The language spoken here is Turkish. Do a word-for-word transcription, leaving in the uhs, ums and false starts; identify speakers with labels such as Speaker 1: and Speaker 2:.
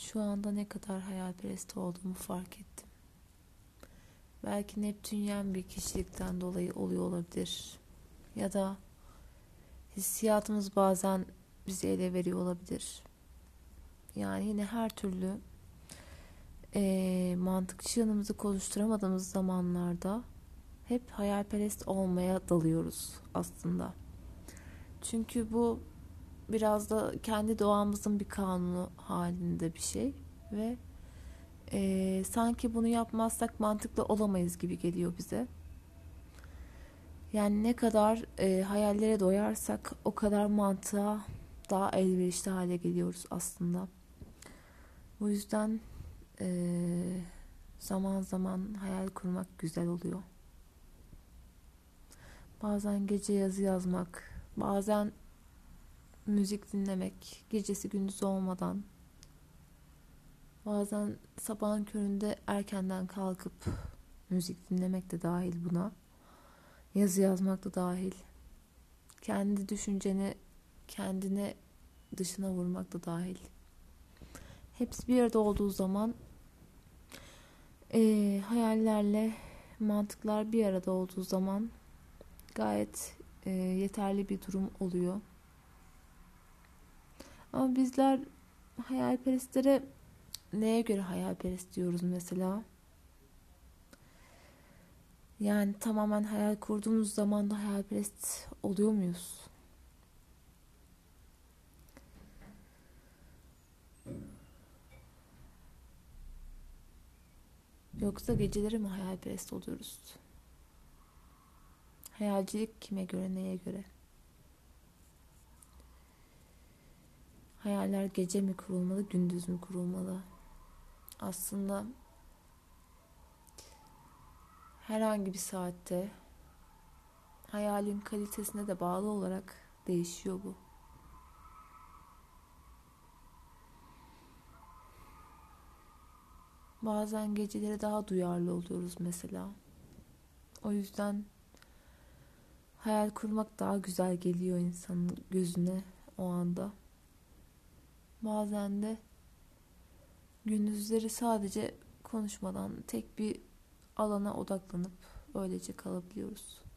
Speaker 1: şu anda ne kadar hayalperest olduğumu fark ettim. Belki Neptünyen bir kişilikten dolayı oluyor olabilir. Ya da hissiyatımız bazen bizi ele veriyor olabilir. Yani yine her türlü e, mantıkçı yanımızı konuşturamadığımız zamanlarda hep hayalperest olmaya dalıyoruz aslında. Çünkü bu biraz da kendi doğamızın bir kanunu halinde bir şey ve e, sanki bunu yapmazsak mantıklı olamayız gibi geliyor bize. Yani ne kadar e, hayallere doyarsak o kadar mantığa daha elverişli hale geliyoruz aslında. Bu yüzden e, zaman zaman hayal kurmak güzel oluyor. Bazen gece yazı yazmak, bazen müzik dinlemek, gecesi gündüz olmadan, bazen sabahın köründe erkenden kalkıp müzik dinlemek de dahil buna. Yazı yazmak da dahil. Kendi düşünceni kendine dışına vurmak da dahil. Hepsi bir arada olduğu zaman e, hayallerle mantıklar bir arada olduğu zaman gayet e, yeterli bir durum oluyor. Ama bizler hayalperestlere neye göre hayalperest diyoruz mesela? Yani tamamen hayal kurduğumuz zaman da hayalperest oluyor muyuz? Yoksa geceleri mi hayalperest oluyoruz? Hayalcilik kime göre, neye göre? Hayaller gece mi kurulmalı, gündüz mü kurulmalı? Aslında herhangi bir saatte hayalin kalitesine de bağlı olarak değişiyor bu. Bazen geceleri daha duyarlı oluyoruz mesela. O yüzden hayal kurmak daha güzel geliyor insanın gözüne o anda. Bazen de gündüzleri sadece konuşmadan tek bir alana odaklanıp öylece kalabiliyoruz.